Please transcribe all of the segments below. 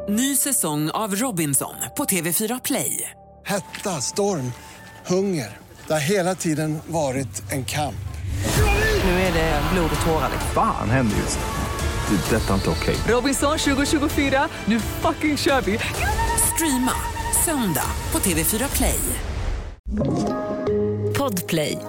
Ny säsong av Robinson på TV4 Play. Hetta, storm, hunger. Det har hela tiden varit en kamp. Nu är det blod och tårar. Fan händer just nu. Det. Detta är inte okej. Robinson 2024, nu fucking kör vi. Streama söndag på TV4 Play. Podplay.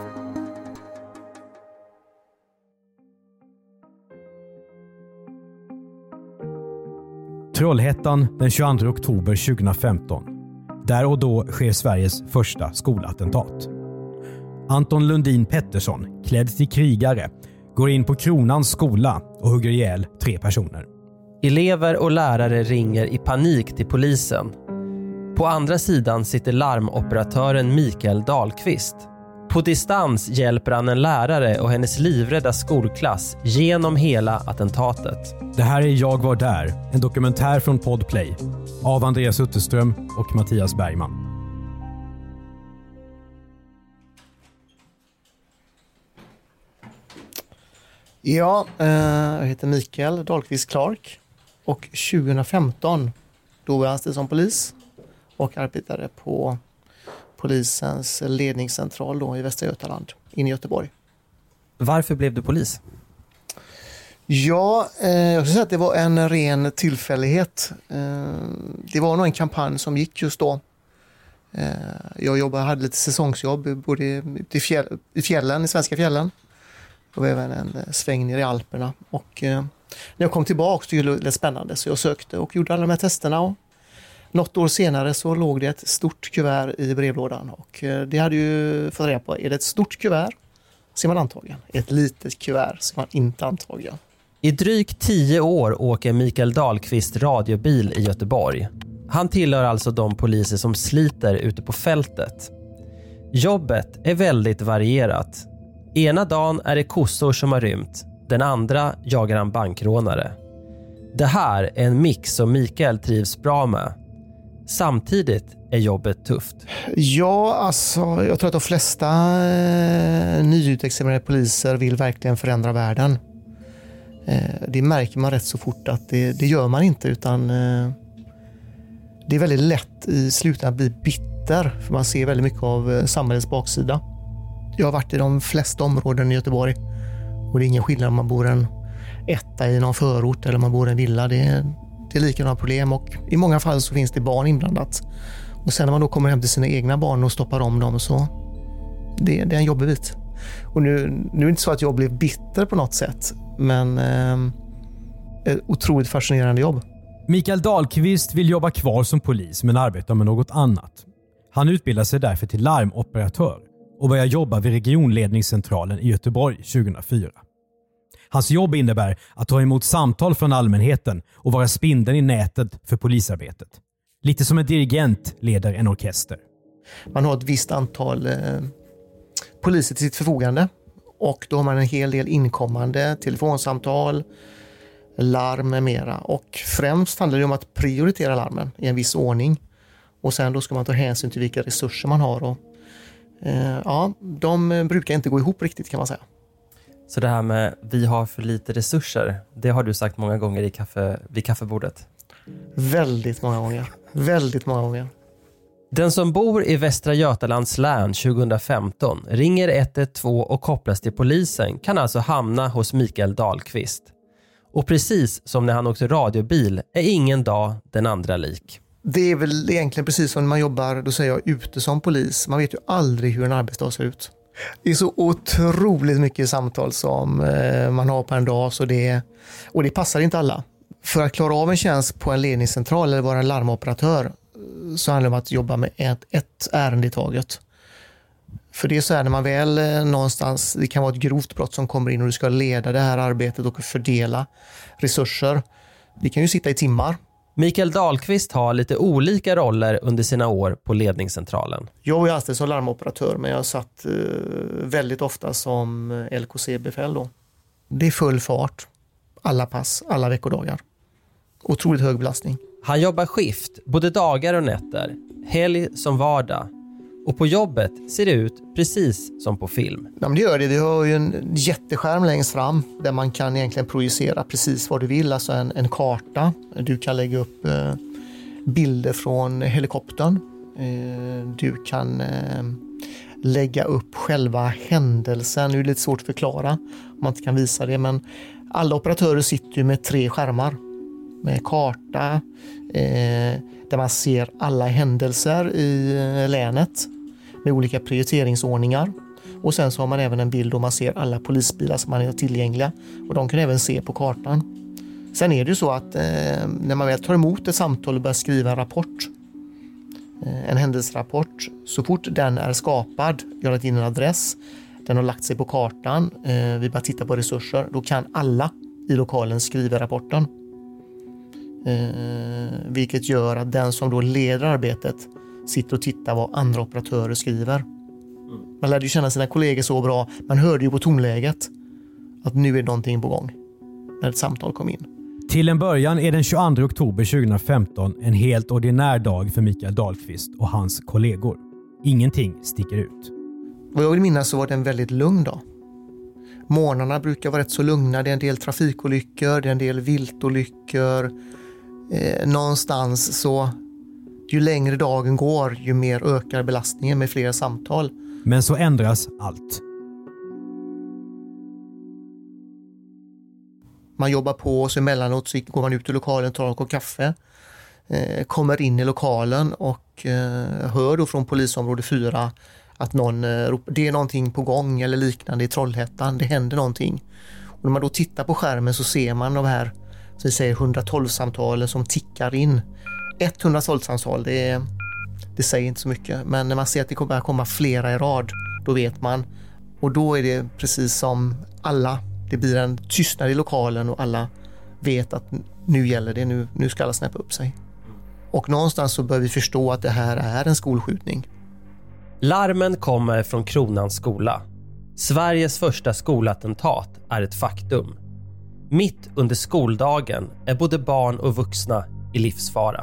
Trollhättan den 22 oktober 2015. Där och då sker Sveriges första skolattentat. Anton Lundin Pettersson, klädd till krigare, går in på Kronans skola och hugger ihjäl 3 personer. Elever och lärare ringer i panik till polisen. På andra sidan sitter larmoperatören Mikael Dahlqvist. På distans hjälper han en lärare och hennes livrädda skolklass genom hela attentatet. Det här är Jag var där, en dokumentär från Podplay av Andreas Utterström och Mattias Bergman. Ja, jag heter Mikael Dahlqvist Clark och 2015 då var jag anställd som polis och arbetade på polisens ledningscentral då i Västra Götaland, inne i Göteborg. Varför blev du polis? Ja, jag skulle säga att det var en ren tillfällighet. Det var nog en kampanj som gick just då. Jag hade lite säsongsjobb både i fjällen, i svenska fjällen. Och även en sväng ner i Alperna. Och när jag kom tillbaka så var det spännande så jag sökte och gjorde alla de här testerna. Och något år senare så låg det ett stort kuvert i brevlådan och det hade ju fått reda på, är det ett stort kuvert så är man antagen. Ett litet kuvert så är man inte antagen. I drygt 10 år åker Mikael Dahlqvist radiobil i Göteborg. Han tillhör alltså de poliser som sliter ute på fältet. Jobbet är väldigt varierat. Ena dagen är det kossor som har rymt. Den andra jagar han bankrånare. Det här är en mix som Mikael trivs bra med. Samtidigt är jobbet tufft. Ja, alltså jag tror att de flesta nyutexaminerade poliser vill verkligen förändra världen. Det märker man rätt så fort att det gör man inte utan det är väldigt lätt i slutändan att bli bitter för man ser väldigt mycket av samhällets baksida. Jag har varit i de flesta områden i Göteborg och det är ingen skillnad om man bor en etta i någon förort eller om man bor i en villa. Det är likadana problem och i många fall så finns det barn inblandat. Och sen när man då kommer hem till sina egna barn och stoppar om dem så det är en jobbig bit. Och nu är det inte så att jag blev bitter på något sätt men ett otroligt fascinerande jobb. Mikael Dahlqvist vill jobba kvar som polis men arbetar med något annat. Han utbildar sig därför till larmoperatör och börjar jobba vid regionledningscentralen i Göteborg 2004. Hans jobb innebär att ta emot samtal från allmänheten och vara spindeln i nätet för polisarbetet. Lite som en dirigent leder en orkester. Man har ett visst antal poliser till sitt förfogande och då har man en hel del inkommande telefonsamtal, larm med mera. Och främst handlar det om att prioritera larmen i en viss ordning. Och sen då ska man ta hänsyn till vilka resurser man har. Och, de brukar inte gå ihop riktigt kan man säga. Så det här med vi har för lite resurser, det har du sagt många gånger vid kaffebordet? Väldigt många gånger. Väldigt många gånger. Den som bor i Västra Götalands län 2015 ringer 112 och kopplas till polisen kan alltså hamna hos Mikael Dahlqvist. Och precis som när han åkte radiobil är ingen dag den andra lik. Det är väl egentligen precis som när man jobbar, då säger jag, ute som polis. Man vet ju aldrig hur en arbetsdag ser ut. Det är så otroligt mycket samtal som man har på en dag och det passar inte alla. För att klara av en tjänst på en ledningscentral eller vara en larmoperatör så handlar det om att jobba med ett ärende i taget. För det är så här när man väl någonstans, det kan vara ett grovt brott som kommer in och du ska leda det här arbetet och fördela resurser. Det kan ju sitta i timmar. Mikael Dahlqvist har lite olika roller under sina år på ledningscentralen. Jag var ju anställd som larmoperatör men jag satt väldigt ofta som LKC-befäl då. Det är full fart, alla pass, alla veckodagar. Otroligt hög belastning. Han jobbar skift, både dagar och nätter, helg som vardag. Och på jobbet ser det ut precis som på film. Ja, men det gör det. Vi har ju en jätteskärm längst fram där man kan egentligen projicera precis vad du vill. Alltså en karta. Du kan lägga upp bilder från helikoptern. Du kan lägga upp själva händelsen. Nu är det lite svårt att förklara om man inte kan visa det, men alla operatörer sitter ju med 3 skärmar med karta där man ser alla händelser i länet med olika prioriteringsordningar. Och sen så har man även en bild där man ser alla polisbilar som man är tillgängliga, och de kan även se på kartan. Sen är det ju så att när man väl tar emot ett samtal och börjar skriva en rapport, en händelserapport, så fort den är skapad, jag har lagt in en adress, den har lagt sig på kartan, vi bara tittar på resurser, då kan alla i lokalen skriva rapporten. Vilket gör att den som då leder arbetet sitter och tittar vad andra operatörer skriver. Man lärde ju känna sina kollegor så bra, man hörde ju på tonläget att nu är någonting på gång när ett samtal kom in. Till en början är den 22 oktober 2015 en helt ordinär dag för Mikael Dahlqvist och hans kollegor. Ingenting sticker ut. Vad jag vill minnas så var det en väldigt lugn dag. Morgnarna brukar vara rätt så lugna. Det är en del trafikolyckor, det är en del viltolyckor. Någonstans så, ju längre dagen går, ju mer ökar belastningen med fler samtal. Men så ändras allt. Man jobbar på och så emellanåt så går man ut i lokalen, tar en kopp kaffe, kommer in i lokalen och hör då från polisområde 4 att någon ropar, det är någonting på gång eller liknande i Trollhättan, det händer någonting. Och när man då tittar på skärmen så ser man de här, så vi säger 112-samtalen som tickar in. 112-samtal, det säger inte så mycket, men när man ser att det kommer komma flera i rad, då vet man. Och då är det precis som alla, det blir en tystnad i lokalen och alla vet att nu gäller det, nu ska alla snäppa upp sig. Och någonstans så bör vi förstå att det här är en skolskjutning. Larmen kommer från Kronans skola. Sveriges första skolattentat är ett faktum. Mitt under skoldagen är både barn och vuxna i livsfara.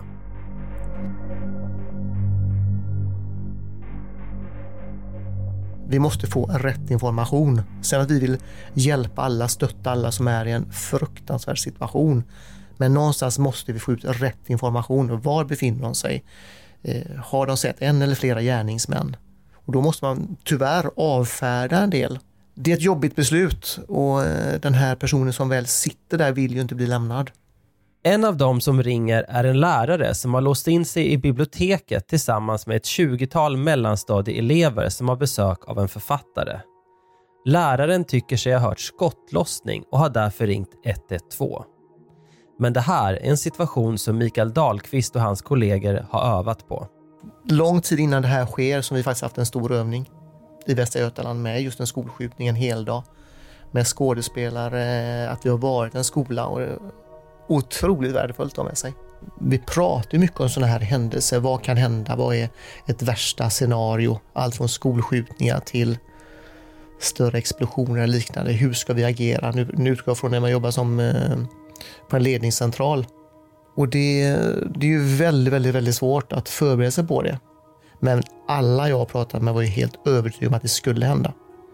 Vi måste få rätt information. Sen att vi vill hjälpa alla, stötta alla som är i en fruktansvärd situation. Men någonstans måste vi få ut rätt information. Var befinner de sig? Har de sett en eller flera gärningsmän? Och då måste man tyvärr avfärda en del. Det är ett jobbigt beslut och den här personen som väl sitter där vill ju inte bli lämnad. En av dem som ringer är en lärare som har låst in sig i biblioteket tillsammans med ett 20-tal mellanstadieelever som har besök av en författare. Läraren tycker sig ha hört skottlossning och har därför ringt 112. Men det här är en situation som Mikael Dahlqvist och hans kollegor har övat på. Lång tid innan det här sker som vi faktiskt haft en stor övning i Västra Götaland med just en skolskjutning en hel dag. Med skådespelare, att vi har varit en skola och otroligt värdefullt att ha med sig. Vi pratar mycket om sådana här händelser. Vad kan hända? Vad är ett värsta scenario? Allt från skolskjutningar till större explosioner och liknande. Hur ska vi agera? Nu utgår jag från när man jobbar som på en ledningscentral. Och det är ju väldigt, väldigt, väldigt svårt att förbereda sig på det. Men alla jag pratat med var ju helt övertygade om att det skulle hända.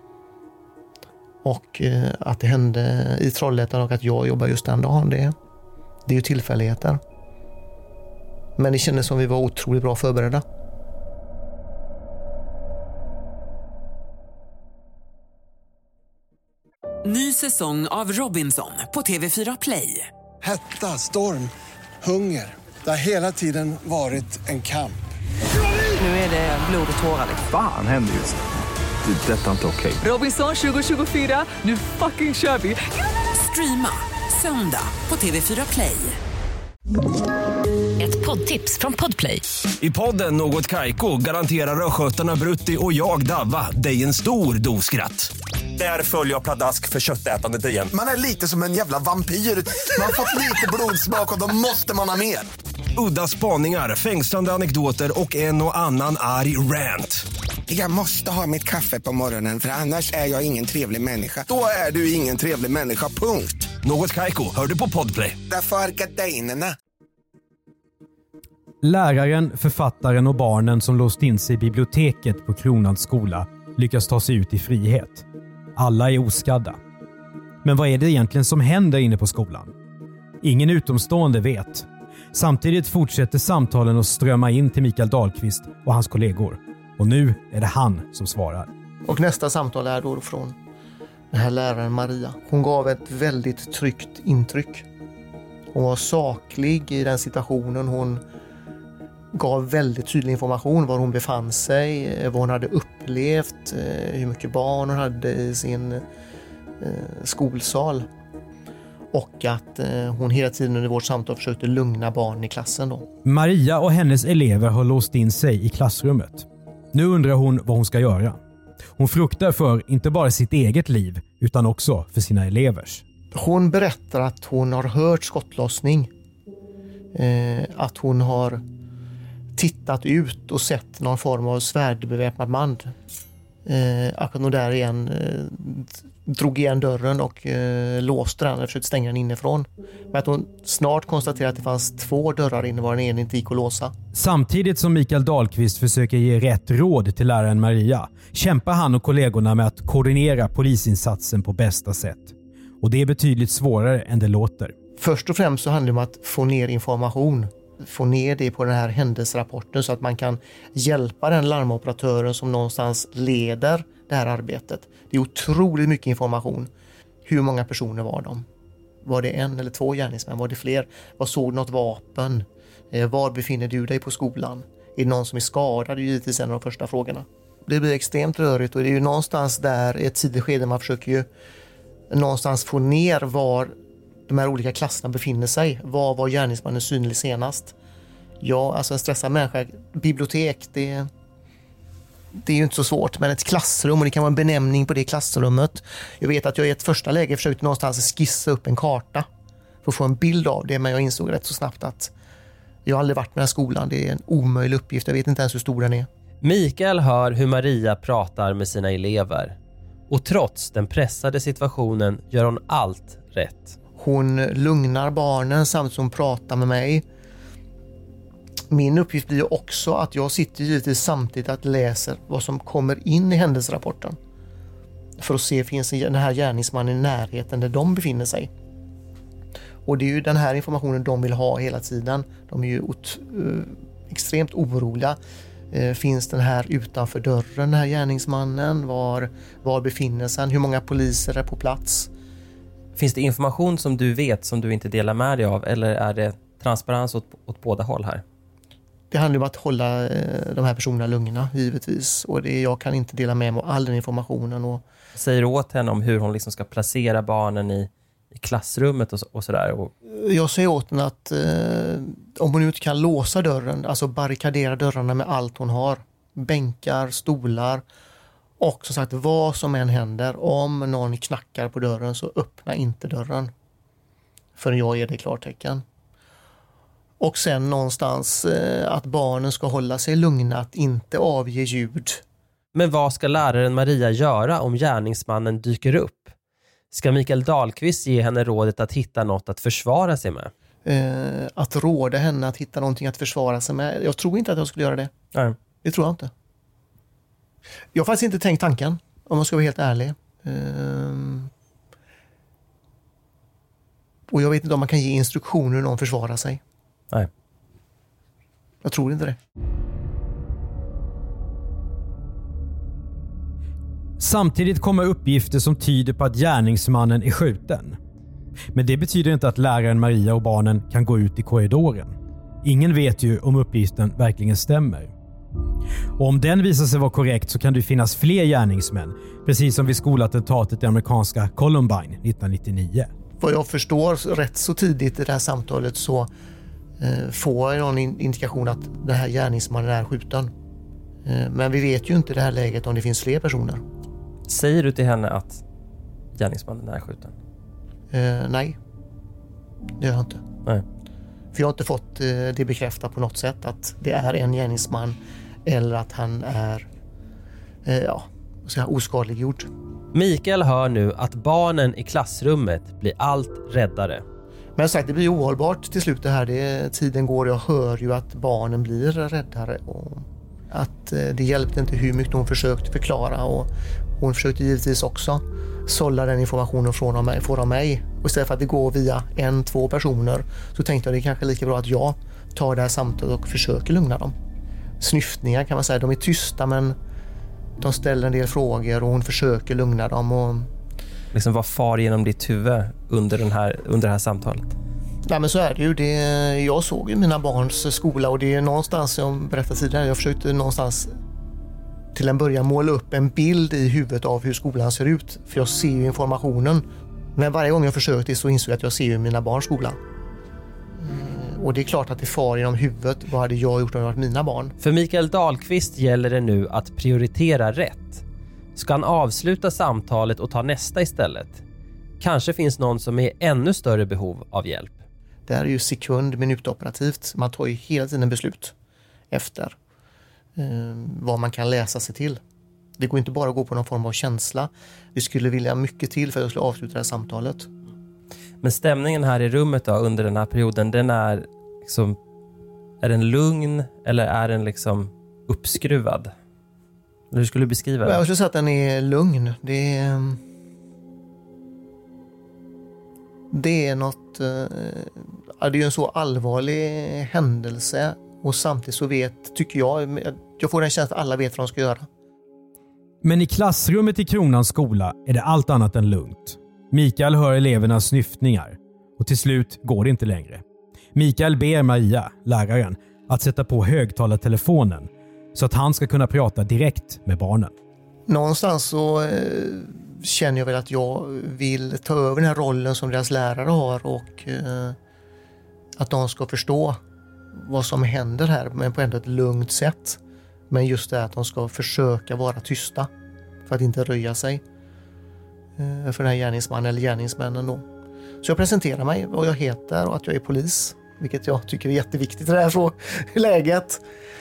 Och att det hände i Trollhättan och att jag jobbar just den dagen, det är ju tillfälligheter. Men det kändes som vi var otroligt bra förberedda. Ny säsong av Robinson på TV4 Play. Hetta, storm, hunger. Det har hela tiden varit en kamp. Nu är det blod och tårar. Fan händer just det. Det är detta inte okej. Robinson 2024, nu fucking kör vi. Streama söndag på TV4 Play. Ett poddtips från Podplay. I podden Något Kaiko garanterar röskötarna Brutti och jag Davva dig en stor doskratt. Där följer jag pladask för köttätandet igen. Man är lite som en jävla vampyr. Man har fått lite blodsmak och då måste man ha mer. Udda spaningar, fängslande anekdoter och en och annan arg rant. Jag måste ha mitt kaffe på morgonen för annars är jag ingen trevlig människa. Då är du ingen trevlig människa, punkt. Något Kaiko, hör du på Podplay. Därför är gardinerna. Läraren, författaren och barnen som låst in sig i biblioteket på Kronans skola lyckas ta sig ut i frihet. Alla är oskadda. Men vad är det egentligen som händer inne på skolan? Ingen utomstående vet. Samtidigt fortsätter samtalen att strömma in till Mikael Dahlqvist och hans kollegor. Och nu är det han som svarar. Och nästa samtal är då från den här läraren Maria. Hon gav ett väldigt tryggt intryck. Hon var saklig i den situationen. Hon gav väldigt tydlig information var hon befann sig, vad hon hade upplevt, hur mycket barn hon hade i sin skolsal. Och att hon hela tiden under vårt samtal försökte lugna barn i klassen då. Maria och hennes elever har låst in sig i klassrummet. Nu undrar hon vad hon ska göra. Hon fruktar för inte bara sitt eget liv utan också för sina elevers. Hon berättar att hon har hört skottlossning. Att hon har tittat ut och sett någon form av svärdbeväpnad man. Att hon där igen drog igen dörren och låste den och försökte stänga den inifrån. Men att hon snart konstaterade att det fanns 2 dörrar inne var den ena inte gick att låsa. Samtidigt som Mikael Dahlqvist försöker ge rätt råd till läraren Maria kämpar han och kollegorna med att koordinera polisinsatsen på bästa sätt. Och det är betydligt svårare än det låter. Först och främst så handlar det om att få ner information. Få ner det på den här händelserapporten så att man kan hjälpa den larmoperatören som någonstans leder det här arbetet. Det är otroligt mycket information. Hur många personer var de? Var det 1 eller 2 gärningsmän? Var det fler? Vad såg något vapen? Var befinner du dig på skolan? Är det någon som är skadad? Det är givetvis en av de första frågorna. Det blir extremt rörigt och det är ju någonstans där i ett tidigt skede man försöker ju någonstans få ner var de här olika klasserna befinner sig. Var gärningsmannen synlig senast? Ja, alltså en stressad människa, bibliotek, det är ju inte så svårt, men ett klassrum, och det kan vara en benämning på det klassrummet. Jag vet att jag i ett första läge försökte någonstans skissa upp en karta för att få en bild av det, men jag insåg rätt så snabbt att jag aldrig varit med den här skolan. Det är en omöjlig uppgift, jag vet inte ens hur stor den är. Mikael hör hur Maria pratar med sina elever. Och trots den pressade situationen gör hon allt rätt. Hon lugnar barnen samtidigt som hon pratar med mig. Min uppgift blir också att jag sitter givetvis samtidigt att läser vad som kommer in i händelserapporten. För att se finns den här gärningsmannen i närheten där de befinner sig. Och det är ju den här informationen de vill ha hela tiden. De är ju extremt oroliga. Finns den här utanför dörren, den här gärningsmannen? Var befinner sig han? Hur många poliser är på plats? Finns det information som du vet som du inte delar med dig av, eller är det transparens åt båda håll här? Det handlar om att hålla de här personerna lugna, givetvis. Och jag kan inte dela med mig av all den informationen. Och säger du åt henne om hur hon liksom ska placera barnen i klassrummet och sådär? Jag säger åt henne att om hon inte kan låsa dörren, alltså barrikadera dörrarna med allt hon har. Bänkar, stolar. Och som sagt, vad som än händer, om någon knackar på dörren så öppna inte dörren. För jag ger det klartecken. Och sen någonstans att barnen ska hålla sig lugna, att inte avge ljud. Men vad ska läraren Maria göra om gärningsmannen dyker upp? Ska Mikael Dahlqvist ge henne rådet att hitta något att försvara sig med? Att råda henne att hitta någonting att försvara sig med. Jag tror inte att jag skulle göra det. Nej. Det tror jag inte. Jag har faktiskt inte tänkt tanken, om jag ska vara helt ärlig. Och jag vet inte om man kan ge instruktioner när någon försvarar sig. Nej. Jag tror inte det. Samtidigt kommer uppgifter som tyder på att gärningsmannen är skjuten. Men det betyder inte att läraren Maria och barnen kan gå ut i korridoren. Ingen vet ju om uppgiften verkligen stämmer. Och om den visar sig vara korrekt så kan det finnas fler gärningsmän, precis som vid skolattentatet i amerikanska Columbine 1999. Vad jag förstår rätt så tidigt i det här samtalet så får jag någon indikation att den här gärningsmannen är skjuten. Men vi vet ju inte i det här läget om det finns fler personer. Säger du till henne att gärningsmannen är skjuten? Nej, det gör jag inte. Nej. För jag har inte fått det bekräftat på något sätt att det är en gärningsman eller att han är oskadliggjord. Mikael hör nu att barnen i klassrummet blir allt räddare. Men sagt, det blir ohållbart till slut det här. Tiden går, jag hör ju att barnen blir räddare. Och att det hjälpte inte hur mycket hon försökte förklara. Och hon försökte givetvis också sålla den informationen får av mig. Och istället för att det går via 1-2 personer så tänkte jag det är kanske lika bra att jag tar det här samtalet och försöker lugna dem. Snyftningar kan man säga, de är tysta men de ställer en del frågor och hon försöker lugna dem. Och... Liksom vad far genom ditt huvud under det här samtalet? Nej, men så är det ju. Jag såg ju mina barns skola och det är någonstans, jag berättade tidigare, jag försökte någonstans till en början måla upp en bild i huvudet av hur skolan ser ut. För jag ser ju informationen. Men varje gång jag försökte så insåg jag att jag ser ju mina barns skola. Och det är klart att det far genom huvudet. Vad hade jag gjort om det varit mina barn? För Mikael Dahlqvist gäller det nu att prioritera rätt. Ska han avsluta samtalet och ta nästa istället? Kanske finns någon som är ännu större behov av hjälp. Det här är ju minutoperativt. Man tar ju hela tiden beslut efter vad man kan läsa sig till. Det går inte bara att gå på någon form av känsla. Vi skulle vilja mycket till för att jag skulle avsluta det här samtalet. Men stämningen här i rummet då, under den här perioden, den är liksom, är den lugn eller är den liksom uppskruvad? Hur skulle du beskriva det? Jag skulle säga att den är lugn. Det är något, det är ju en så allvarlig händelse och samtidigt så tycker jag får den känslan att alla vet vad de ska göra. Men i klassrummet i Kronans skola är det allt annat än lugnt. Mikael hör elevernas snyftningar och till slut går det inte längre. Mikael ber Maria, läraren, att sätta på högtalartelefonen så att han ska kunna prata direkt med barnen. Någonstans så känner jag väl att jag vill ta över den här rollen som deras lärare har och att de ska förstå vad som händer här, men på ändå ett lugnt sätt. Men just det att de ska försöka vara tysta för att inte röja sig för den här gärningsmannen eller gärningsmännen då. Så jag presenterar mig, vad jag heter och att jag är polis, vilket jag tycker är jätteviktigt i det här läget.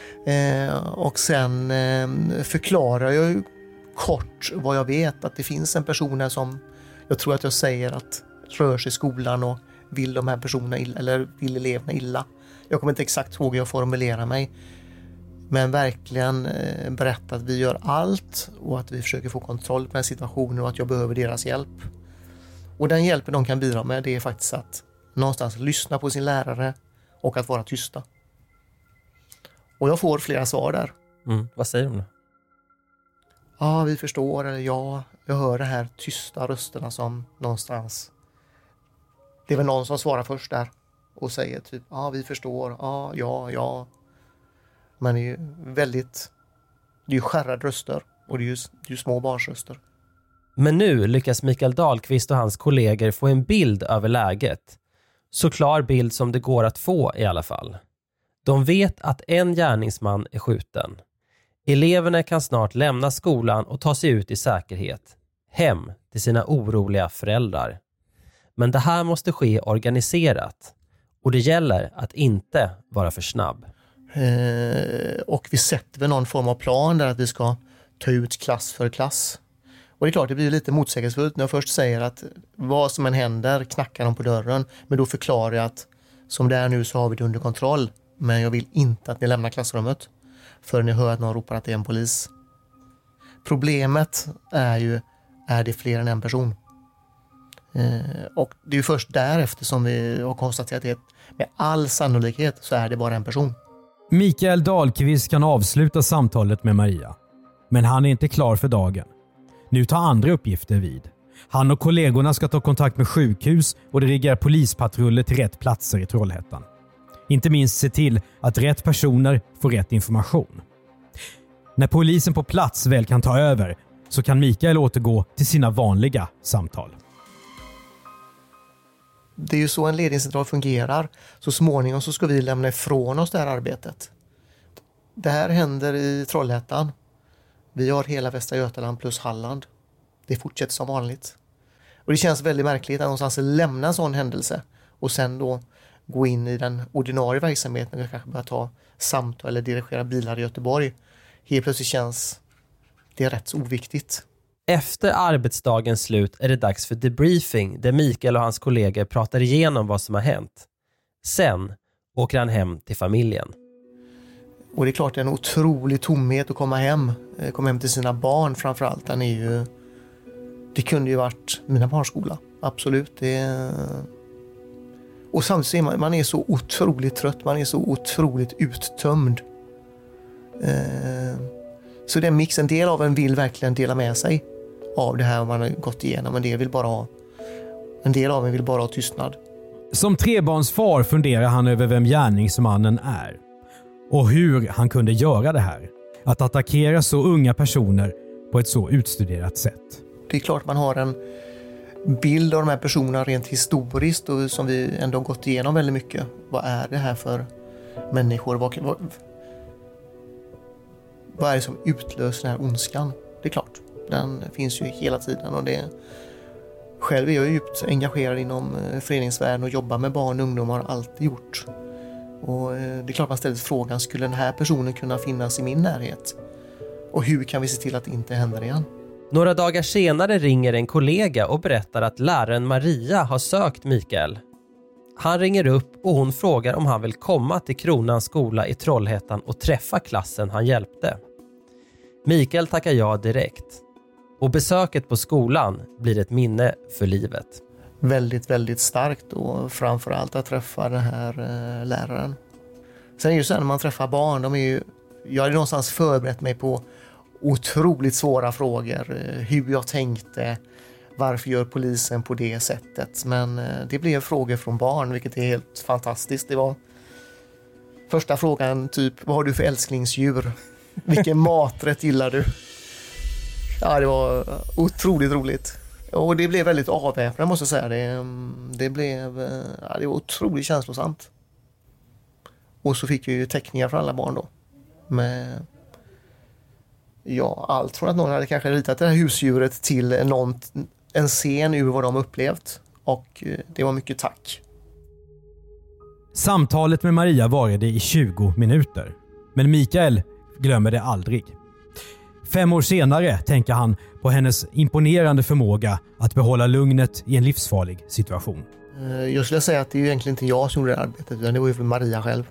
Och sen förklarar jag ju kort vad jag vet, att det finns en person här som jag tror att jag säger att rör sig i skolan och vill de här personerna illa, eller vill eleverna illa. Jag kommer inte exakt ihåg hur jag formulerar mig, men verkligen berätta att vi gör allt och att vi försöker få kontroll på den situationen och att jag behöver deras hjälp. Och den hjälpen de kan bidra med, det är faktiskt att någonstans lyssna på sin lärare och att vara tysta. Och jag får flera svar där. Vad säger de då? Ja, vi förstår, eller ja, jag hör de här tysta rösterna som någonstans. Det är väl någon som svarar först där och säger typ, ja vi förstår, ja. Men det är ju det är ju skärrade röster och det är ju små barnsröster. Men nu lyckas Mikael Dahlqvist och hans kollegor få en bild över läget. Så klar bild som det går att få i alla fall. De vet att en gärningsman är skjuten. Eleverna kan snart lämna skolan och ta sig ut i säkerhet. Hem till sina oroliga föräldrar. Men det här måste ske organiserat. Och det gäller att inte vara för snabb. Och vi sätter väl någon form av plan där att vi ska ta ut klass för klass. Och det är klart, det blir lite motsägelsefullt när jag först säger att vad som än händer knackar de på dörren. Men då förklarar jag att som det är nu så har vi det under kontroll. Men jag vill inte att ni lämnar klassrummet förrän ni hör att någon ropar att det är en polis. Problemet är det fler än en person? Och det är ju först därefter som vi har konstaterat att med all sannolikhet så är det bara en person. Mikael Dahlqvist kan avsluta samtalet med Maria. Men han är inte klar för dagen. Nu tar andra uppgifter vid. Han och kollegorna ska ta kontakt med sjukhus och det riggar polispatruller till rätt platser i Trollhättan. Inte minst se till att rätt personer får rätt information. När polisen på plats väl kan ta över så kan Mikael återgå till sina vanliga samtal. Det är ju så en ledningscentral fungerar. Så småningom så ska vi lämna ifrån oss det här arbetet. Det här händer i Trollhättan. Vi har hela Västra Götaland plus Halland. Det fortsätter som vanligt. Och det känns väldigt märkligt att någonstans lämna en sån händelse och sen då gå in i den ordinarie verksamheten och kanske börja ta samtal eller dirigera bilar i Göteborg. Helt plötsligt känns det rätt så oviktigt. Efter arbetsdagens slut är det dags för debriefing där Mikael och hans kollegor pratar igenom vad som har hänt. Sen åker han hem till familjen. Och det är klart det är en otrolig tomhet att komma hem till sina barn framförallt. Den är ju Det kunde ju varit mina barns skola, absolut. Och samtidigt är man är så otroligt trött, man är så otroligt uttömd. Så det är en mix, en del av en vill verkligen dela med sig av det här man har gått igenom. En del av en vill bara ha tystnad. Som trebarnsfar funderar han över vem gärningsmannen är. Och hur han kunde göra det här. Att attackera så unga personer på ett så utstuderat sätt. Det är klart man har en bild av de här personerna rent historiskt och som vi ändå har gått igenom väldigt mycket. Vad är det här för människor? Vad är det som utlöser den här ondskan? Det är klart, den finns ju hela tiden och själv är jag djupt engagerad inom föreningsvärlden och jobbar med barn och ungdomar, har alltid gjort. Och det är klart man ställer frågan, skulle den här personen kunna finnas i min närhet? Och hur kan vi se till att det inte händer igen? Några dagar senare ringer en kollega och berättar att läraren Maria har sökt Mikael. Han ringer upp och hon frågar om han vill komma till Kronans skola i Trollhättan och träffa klassen han hjälpte. Mikael tackar ja direkt. Och besöket på skolan blir ett minne för livet. Väldigt, väldigt starkt och framförallt att träffa den här läraren. Sen är det ju så när man träffar barn, jag hade någonstans förberett mig på otroligt svåra frågor. Hur jag tänkte, varför gör polisen på det sättet? Men det blev frågor från barn, vilket är helt fantastiskt. Det var första frågan typ, vad har du för älsklingsdjur? Vilken maträtt gillar du? Ja, det var otroligt roligt. Och det blev väldigt avväpnande måste jag säga. Det var otroligt känslosamt. Och så fick jag ju teckningar från alla barn då. Med allt från att någon hade kanske ritat det här husdjuret till en scen ur vad de upplevt. Och det var mycket tack. Samtalet med Maria varade i 20 minuter. Men Mikael glömmer det aldrig. 5 år senare tänker han på hennes imponerande förmåga att behålla lugnet i en livsfarlig situation. Jag skulle säga att det är egentligen inte jag som gjorde det arbetet, utan det var ju för Maria själv.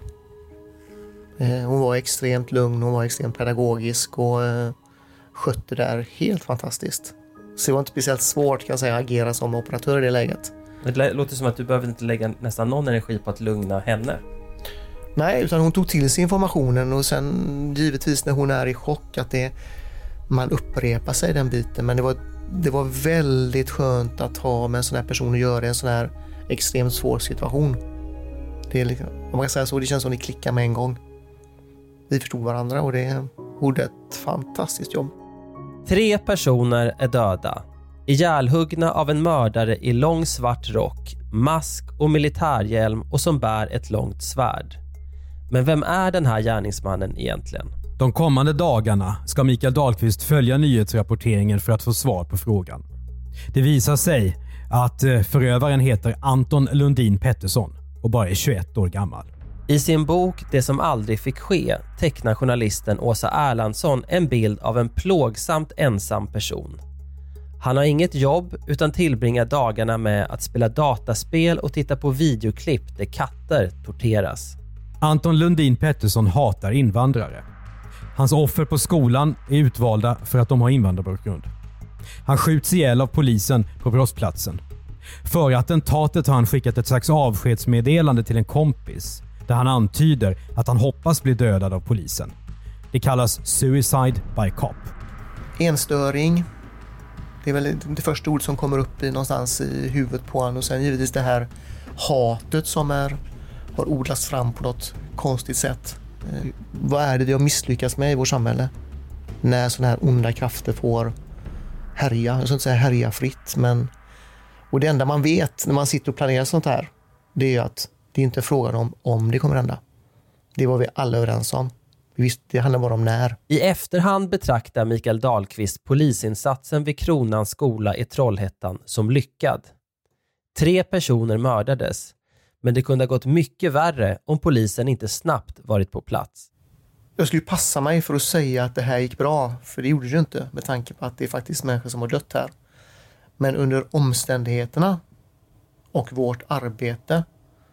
Hon var extremt lugn, hon var extremt pedagogisk och skötte det där helt fantastiskt. Så det var inte speciellt svårt kan jag säga, att agera som operatör i det läget. Det låter som att du behöver inte lägga nästan någon energi på att lugna henne. Nej, utan hon tog till sig informationen och sen givetvis när hon är i chock att man upprepar sig den biten. Men det var väldigt skönt att ha med en sån här person att göra i en sån här extremt svår situation. Det är liksom, om man kan säga så, det känns som att ni klickar med en gång. Vi förstod varandra och det gjorde ett fantastiskt jobb. 3 personer är döda. Ihjälhuggna av en mördare i lång svart rock, mask och militärhjälm och som bär ett långt svärd. Men vem är den här gärningsmannen egentligen? De kommande dagarna ska Mikael Dahlqvist följa nyhetsrapporteringen för att få svar på frågan. Det visar sig att förövaren heter Anton Lundin Pettersson och bara är 21 år gammal. I sin bok Det som aldrig fick ske tecknar journalisten Åsa Erlandsson en bild av en plågsamt ensam person. Han har inget jobb utan tillbringar dagarna med att spela dataspel och titta på videoklipp där katter torteras. Anton Lundin Pettersson hatar invandrare. Hans offer på skolan är utvalda för att de har invandrarbakgrund. Han skjuts ihjäl av polisen på brottsplatsen. Före attentatet har han skickat ett slags avskedsmeddelande till en kompis där han antyder att han hoppas bli dödad av polisen. Det kallas suicide by cop. Enstöring. Det är väl det första ord som kommer upp någonstans i huvudet på honom. Och sen givetvis det här hatet som har odlats fram på något konstigt sätt. Vad är det vi har misslyckats med i vårt samhälle? När sådana här onda krafter får härja. Jag ska inte säga härja fritt, men... Och det enda man vet när man sitter och planerar sånt här, det är att det är inte frågan om det kommer hända. Det var vi alla överens om. Visst, det handlar bara om när. I efterhand betraktar Mikael Dahlqvist polisinsatsen vid Kronans skola i Trollhättan som lyckad. 3 personer mördades, men det kunde ha gått mycket värre om polisen inte snabbt varit på plats. Jag skulle passa mig för att säga att det här gick bra, för det gjorde det inte med tanke på att det är faktiskt människor som har dött här. Men under omständigheterna och vårt arbete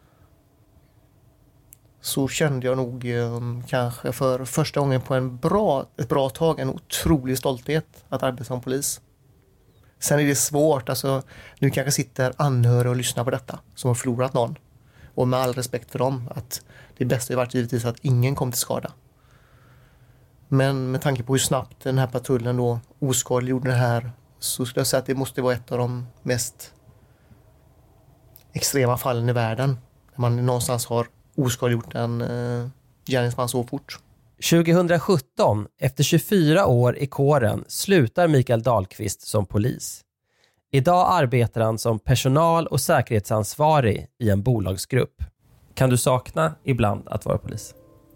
så kände jag nog kanske för första gången på ett bra tag en otrolig stolthet att arbeta som polis. Sen är det svårt, alltså, nu kanske sitter anhöriga och lyssnar på detta som har förlorat någon. Och med all respekt för dem, att det bästa har varit givetvis att ingen kom till skada. Men med tanke på hur snabbt den här patrullen då oskadliggjorde det här, så skulle jag säga att det måste vara ett av de mest extrema fallen i världen. När man någonstans har oskadliggjort en gärningsman så fort. 2017, efter 24 år i kåren, slutar Mikael Dahlqvist som polis. Idag arbetar han som personal- och säkerhetsansvarig i en bolagsgrupp. Kan du sakna ibland att vara polis?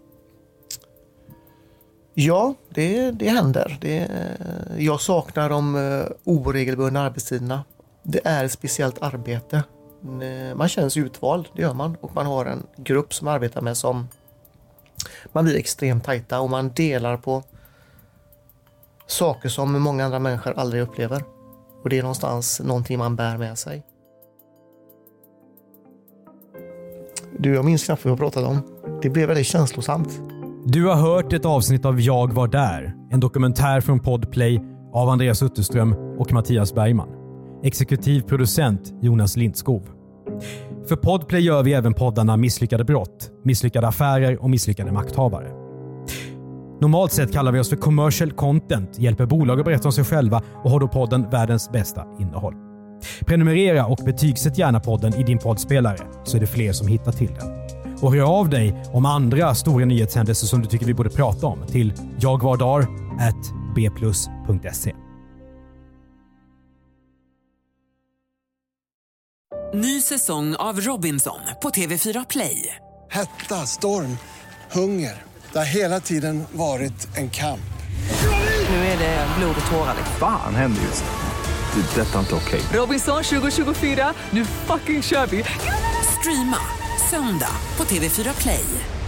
Ja, det händer. Jag saknar de oregelbundna arbetstiderna. Det är ett speciellt arbete. Man känns utvald, det gör man. Och man har en grupp som arbetar med som man blir extremt tajta och man delar på saker som många andra människor aldrig upplever. Och det är någonstans någonting man bär med sig. Jag minns knappt vad vi har pratat om. Det blev väldigt känslosamt. Du har hört ett avsnitt av Jag var där. En dokumentär från Podplay av Andreas Utterström och Mattias Bergman. Exekutiv producent Jonas Lindskov. För Podplay gör vi även poddarna Misslyckade brott, Misslyckade affärer och Misslyckade makthavare. Normalt sett kallar vi oss för commercial content, hjälper bolag att berätta om sig själva och har då podden världens bästa innehåll. Prenumerera och betygsätt gärna podden i din poddspelare så är det fler som hittar till den. Och hör av dig om andra stora nyhetshändelser som du tycker vi borde prata om till jagvardar@bplus.se. Ny säsong av Robinson på TV4 Play. Hetta, storm, hunger. Det har hela tiden varit en kamp. Nu är det blod och tårar. Fan händer just det. Det är detta inte okej. Robinson 2024, nu fucking kör vi. Streama söndag på TV4 Play.